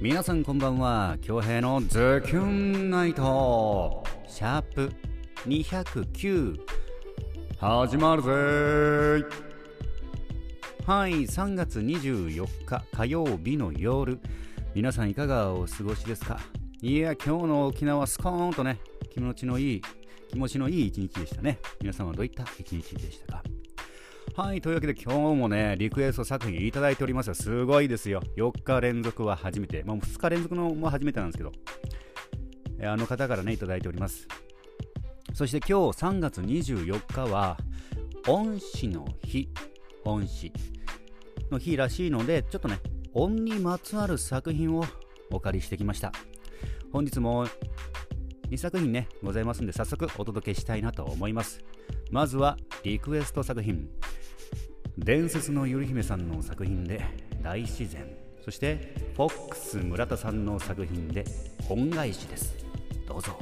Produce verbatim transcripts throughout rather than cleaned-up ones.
皆さんこんばんは。恭平のズキュンナイトシャープにひゃくきゅう始まるぜー。はい、さんがつにじゅうよっか火曜日の夜、皆さんいかがお過ごしですか？いや、今日の沖縄スコーンとね、気持ちのいい気持ちのいい一日でしたね。皆さんはどういった一日でしたか？はい、というわけで今日もね、リクエスト作品いただいております。すごいですよ。よっか連続は初めて、まあ、ふつか連続のも初めてなんですけど、あの方からねいただいております。そして今日さんがつにじゅうよっかは恩師の日、恩師の日らしいので、ちょっとね恩にまつわる作品をお借りしてきました。本日もにさく品ねございますんで、早速お届けしたいなと思います。まずはリクエスト作品、伝説のゆり姫さんの作品で大自然、そしてフォックス村田さんの作品で恩返しです。どうぞ。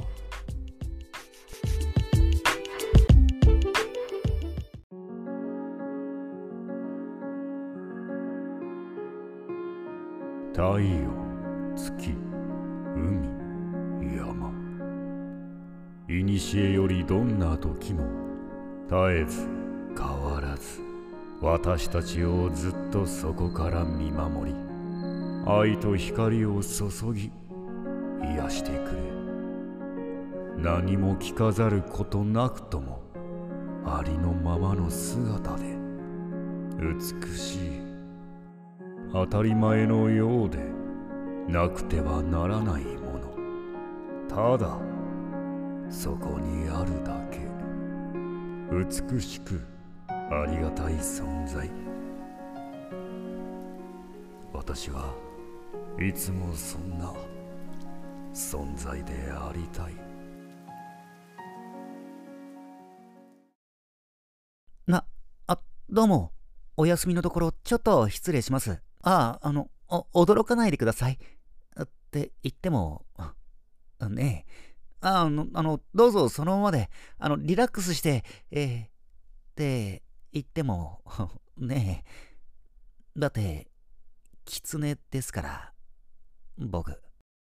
太陽、月、海、山、いにしえよりどんな時も絶えず変わらず、私たちをずっとそこから見守り、愛と光を注ぎ癒してくれ。何も着飾ることなくともありのままの姿で美しい、当たり前のようでなくてはならないもの、ただそこにあるだけ、美しくありがたい存在。私はいつもそんな存在でありたい。な、あ、どうも。お休みのところちょっと失礼します。ああ、あの、お驚かないでください。って言っても、ねえ。ああの、あの、どうぞそのままで、あの、リラックスして、えー、って言っても、ねえ。だって、狐ですから、僕。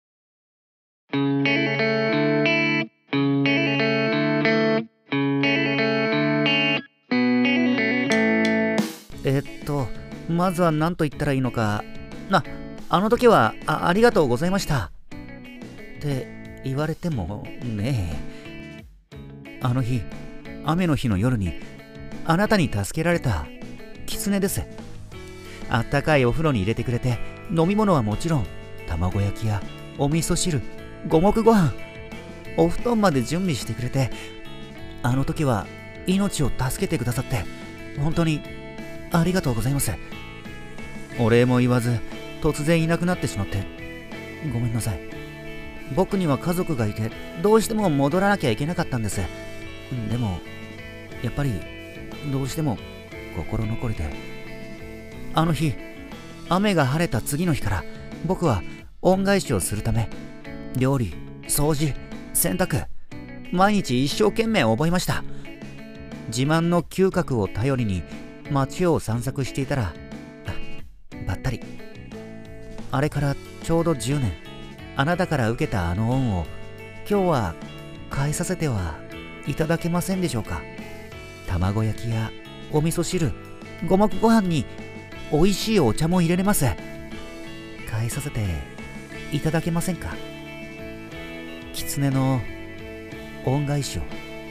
えっと、まずは何と言ったらいいのか。な、あの時は あ, ありがとうございました。って言われてもねえ。あの日、雨の日の夜にあなたに助けられた狐です。あったかいお風呂に入れてくれて、飲み物はもちろん、卵焼きやお味噌汁、五目ご飯、お布団まで準備してくれて、あの時は命を助けてくださって、本当にありがとうございます。お礼も言わず、突然いなくなってしまって、ごめんなさい。僕には家族がいて、どうしても戻らなきゃいけなかったんです。でも、やっぱり、どうしても心残りで。あの日、雨が晴れた次の日から、僕は恩返しをするため、料理、掃除、洗濯、毎日一生懸命覚えました。自慢の嗅覚を頼りに街を散策していたら、ばったり。あれからちょうどじゅうねん、あなたから受けたあの恩を今日は返させてはいただけませんでしょうか。卵焼きやお味噌汁、五目ご飯に美味しいお茶も入れれます。返させていただけませんか。狐の恩返しを。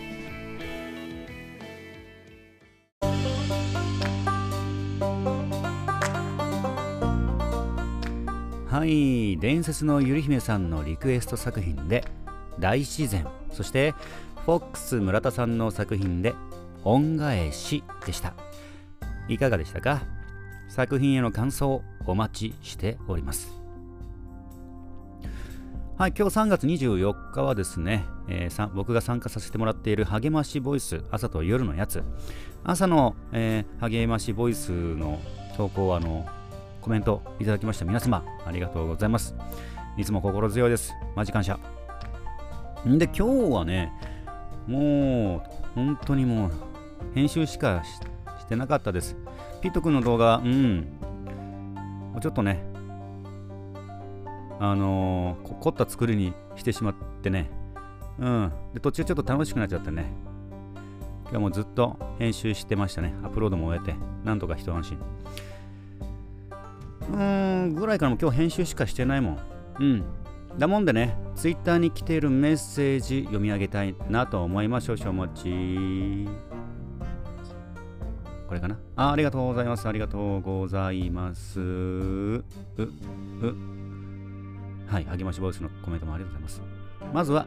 はい、伝説のゆり姫さんのリクエスト作品で大自然、そしてフォックス村田さんの作品で恩返しでした。いかがでしたか？作品への感想お待ちしております。はい、今日さんがつにじゅうよっかはですね、えー、さ僕が参加させてもらっている励ましボイス、朝と夜のやつ、朝の、えー、励ましボイスの投稿、あのコメントいただきました皆様ありがとうございます。いつも心強いです。マジ感謝。んで今日はね、もう本当にもう編集しか し, してなかったです。ピット君の動画、うんちょっとねあのー、凝った作りにしてしまってね。うん。で、途中ちょっと楽しくなっちゃってね。今日もずっと編集してましたね。アップロードも終えて、なんとか一安心。うーん、ぐらいからも今日編集しかしてないもん。うん。だもんでね、ツイッターに来ているメッセージ読み上げたいなと思います。少々お待ち。これかなあ。ありがとうございます。ありがとうございます。う、う。はい、励ましボイスのコメントもありがとうございます。まずは、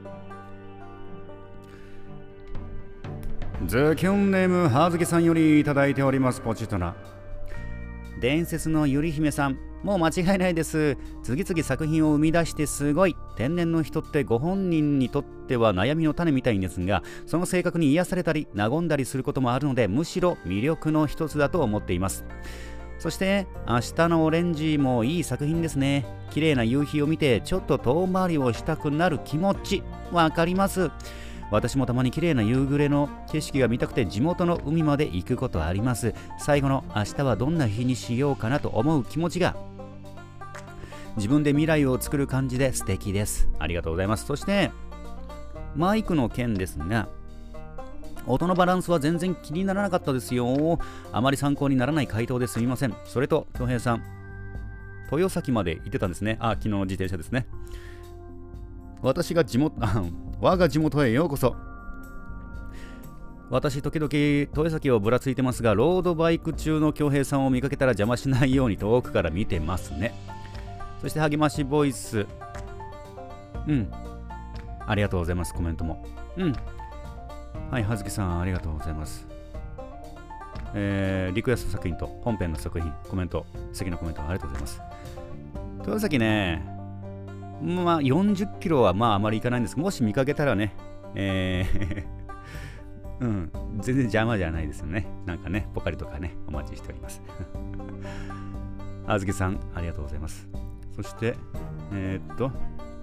ズキュンネームはずきさんよりいただいております。ポチッとな。伝説のゆり姫さん、もう間違いないです。次々作品を生み出してすごい。天然の人ってご本人にとっては悩みの種みたいですが、その性格に癒されたり和んだりすることもあるので、むしろ魅力の一つだと思っています。そして明日のオレンジもいい作品ですね。綺麗な夕日を見てちょっと遠回りをしたくなる気持ちわかります。私もたまに綺麗な夕暮れの景色が見たくて地元の海まで行くことあります。最後の明日はどんな日にしようかなと思う気持ちが自分で未来を作る感じで素敵です。ありがとうございます。そしてマイクの件ですが、音のバランスは全然気にならなかったですよ。あまり参考にならない回答ですみません。それと恭平さん、豊崎まで行ってたんですね。あ、昨日の自転車ですね。私が地元我が地元へようこそ。私時々豊崎をぶらついてますが、ロードバイク中の恭平さんを見かけたら邪魔しないように遠くから見てますね。そして励ましボイス、うん、ありがとうございます。コメントも、うん、はい、はずきさんありがとうございます。えー、リクエスト作品と本編の作品、コメント、素敵なコメントありがとうございます。豊崎ね、まあよんじゅっキロはまああまり行かないんですが、もし見かけたらね、えー、うん、全然邪魔じゃないですよね。なんかね、ポカリとかね、お待ちしております。あずきさんありがとうございます。そして、えー、っと、はい、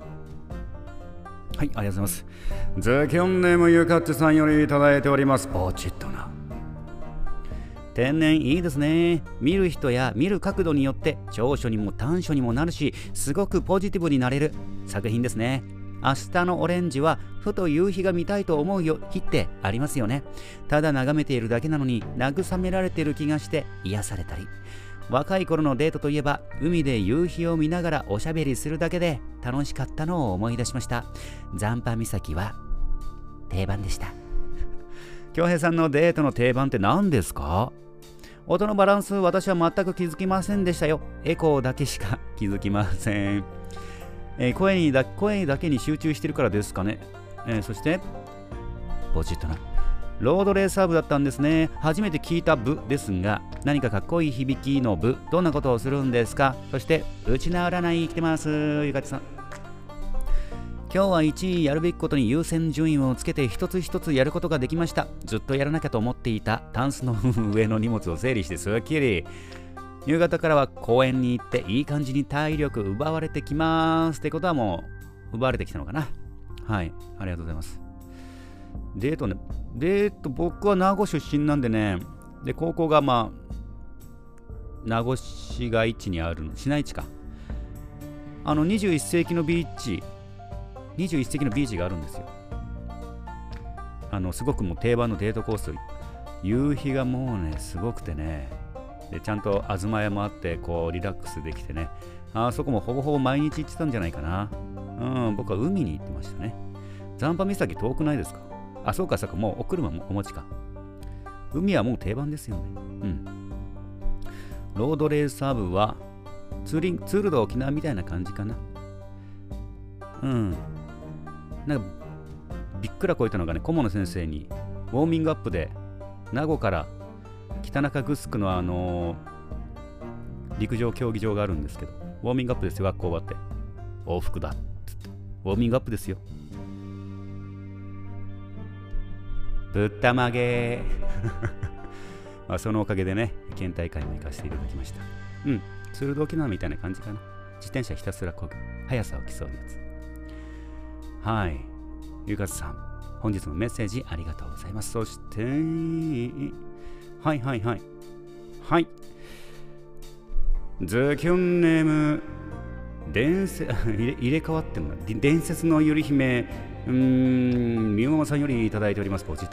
ありがとうございます。ズキュンネームゆかっちさんよりいただいております。ポチッとな。天然いいですね。見る人や見る角度によって長所にも短所にもなるし、すごくポジティブになれる作品ですね。明日のオレンジはふと夕日が見たいと思うよ日ってありますよね。ただ眺めているだけなのに慰められている気がして癒されたり、若い頃のデートといえば海で夕日を見ながらおしゃべりするだけで楽しかったのを思い出しました。残波岬は定番でした。恭平さんのデートの定番って何ですか？音のバランス、私は全く気づきませんでしたよ。エコーだけしか気づきません。えー、声にだ声だけに集中してるからですかね。えー、そしてポチッとな。ロードレーサー部だったんですね。初めて聞いた部ですが、何かかっこいい響きの部、どんなことをするんですか？そしてうちな占い来てます。ゆかちさん、今日はいちいやるべきことに優先順位をつけて一つ一つやることができました。ずっとやらなきゃと思っていたタンスの上の荷物を整理してすっきり。夕方からは公園に行っていい感じに体力奪われてきます。ってことはもう奪われてきたのかな。はい、ありがとうございます。デートね、デート、僕は名護出身なんでね、で、高校がまあ、名護市街地にあるの、市内地か。あの、にじゅういっ世紀のビーチ、にじゅういっ世紀のビーチがあるんですよ。あの、すごくもう定番のデートコース。夕日がもうね、すごくてね、で、ちゃんと東屋もあって、こう、リラックスできてね、あそこもほぼほぼ毎日行ってたんじゃないかな。うん、僕は海に行ってましたね。残波岬遠くないですか？あ、そうかそうか、もうお車もお持ちか。海はもう定番ですよね。うん。ロードレーサー部はツーリング、ツールド沖縄みたいな感じかな。うん。なんか、びっくらこいたのがね、顧問の先生に、ウォーミングアップで、名護から北中城のあのー、陸上競技場があるんですけど、ウォーミングアップですよ、学校終わって。往復だっつって。ウォーミングアップですよ。ぶったまげまあそのおかげでね、県大会も行かせていただきました。うん、ツールド沖縄みたいな感じかな。自転車ひたすらこぐ、速さを競うやつ。はい、ゆかつさん、本日もメッセージありがとうございます。そして、はいはいはい。はい。ズキュンネーム、 伝説入れ、入れ替わってんだ。伝説のゆり姫、うーん、みゆママさんよりいただいております。ポチッと。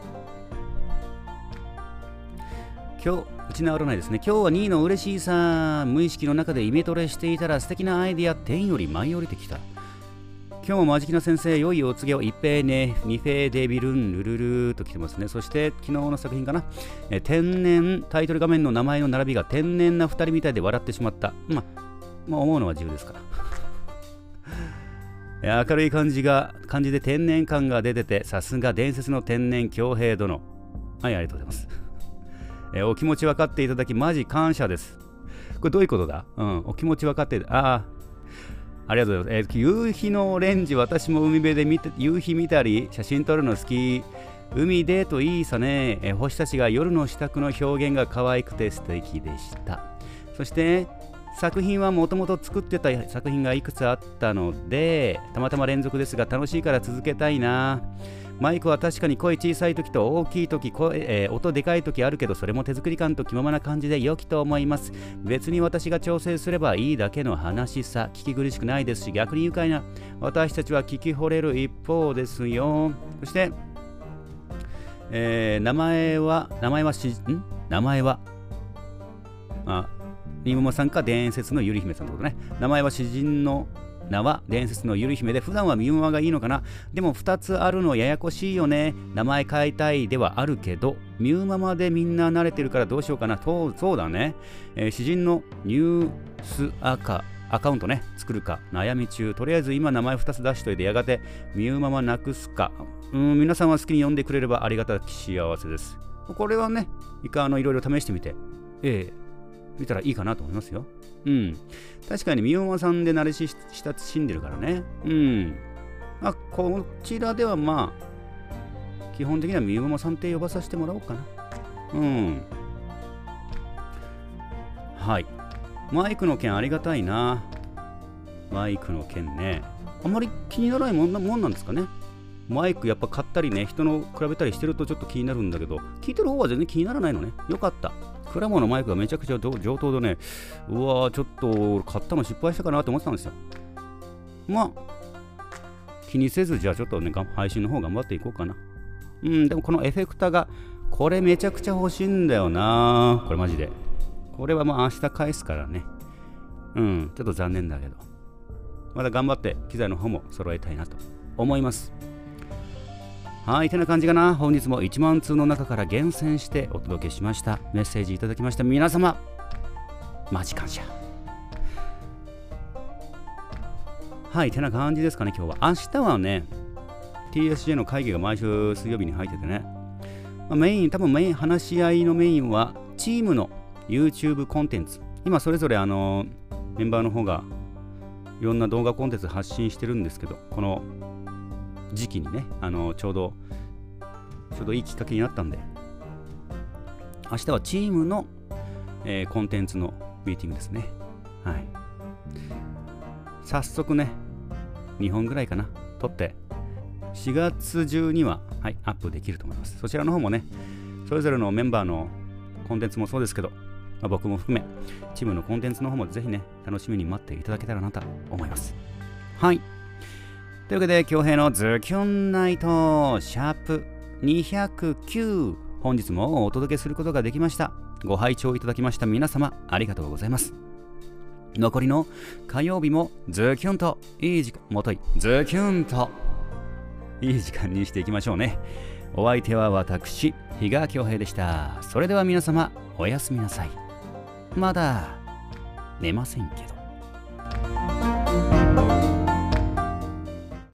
今日、うちなわらないですね。今日はにいの嬉しいさ。無意識の中でイメトレしていたら素敵なアイディア、天より舞い降りてきた。今日もマジキな先生、良いお告げを一平ね、二平デビルン、ルルルと来てますね。そして昨日の作品かな。え天然、タイトル画面の名前の並びが天然な二人みたいで笑ってしまった。まあ、まあ、思うのは自由ですから。明るい感じが、感じで天然感が出てて、さすが伝説の天然恭平殿。はい、ありがとうございます。えお気持ち分かっていただき、マジ感謝です。これどういうことだ？うん、お気持ち分かって、ああ。ありがとうございます。えー、夕日のオレンジ、私も海辺で見て夕日見たり、写真撮るの好き。海でといいさね。えー、星たちが夜の支度の表現が可愛くて素敵でした。そして、作品はもともと作ってた作品がいくつあったので、たまたま連続ですが楽しいから続けたいな。マイクは確かに声小さい時と大きい時、声、えー、音でかい時あるけど、それも手作り感と気ままな感じで良きと思います。別に私が調整すればいいだけの話さ。聞き苦しくないですし、逆に愉快な私たちは聞き惚れる一方ですよ。そして、えー、名前は、名前はし、ん名前は、あ、リムモさんか伝説のゆり姫さんってことね。名前は詩人の名は伝説のゆり姫で、普段はみゆママがいいのかな。でもふたつあるのややこしいよね。名前変えたいではあるけど、みゆママでみんな慣れてるからどうしようかな。とそうだね。えー、詩人のニュースアカアカウントね、作るか悩み中。とりあえず今名前ふたつ出しといて、やがてみゆママなくすか。うん、皆さんは好きに呼んでくれればありがたき幸せです。これはね、いかあのいろいろ試してみて、ええ見たらいいかなと思いますよ。うん。確かにみゆママさんで慣れし親しんでるからね。うん。まあ、こちらではまあ、基本的にはみゆママさんって呼ばさせてもらおうかな。うん。はい。マイクの件ありがたいな。マイクの件ね。あんまり気にならないもんな、もんなんですかね。マイクやっぱ買ったりね、人の比べたりしてるとちょっと気になるんだけど、聞いてる方は全然気にならないのね。よかった。クラモのマイクがめちゃくちゃ上等でね、うわー、ちょっと買ったの失敗したかなと思ってたんですよ。まあ、気にせず、じゃあちょっとね、配信の方頑張っていこうかな。うん、でもこのエフェクターが、これめちゃくちゃ欲しいんだよな。これマジで。これはまあ明日返すからね。うん、ちょっと残念だけど。まだ頑張って機材の方も揃えたいなと思います。はい、てな感じかな。本日もいちまん通の中から厳選してお届けしました。メッセージいただきました皆様、マジ感謝。はい、てな感じですかね、今日は。明日はね、ティーエスジェー の会議が毎週水曜日に入っててね、まあ、メイン、多分メイン、話し合いのメインは、チームの YouTube コンテンツ。今、それぞれあの、メンバーの方が、いろんな動画コンテンツ発信してるんですけど、この、時期にね、あのちょうどちょうどいいきっかけになったんで、明日はチームの、えー、コンテンツのミーティングですね。はい。早速ね、にほんぐらいかな、撮って、しがつ中には、はい、アップできると思います。そちらの方もね、それぞれのメンバーのコンテンツもそうですけど、まあ、僕も含め、チームのコンテンツの方もぜひね、楽しみに待っていただけたらなと思います。はい。というわけで、恭平のズキュンナイトシャープにひゃくきゅう、本日もお届けすることができました。ご拝聴いただきました皆様、ありがとうございます。残りの火曜日もズキュンといい時間、もといズキュンといい時間にしていきましょうね。お相手は私、比嘉恭平でした。それでは皆様、おやすみなさい。まだ寝ませんけど。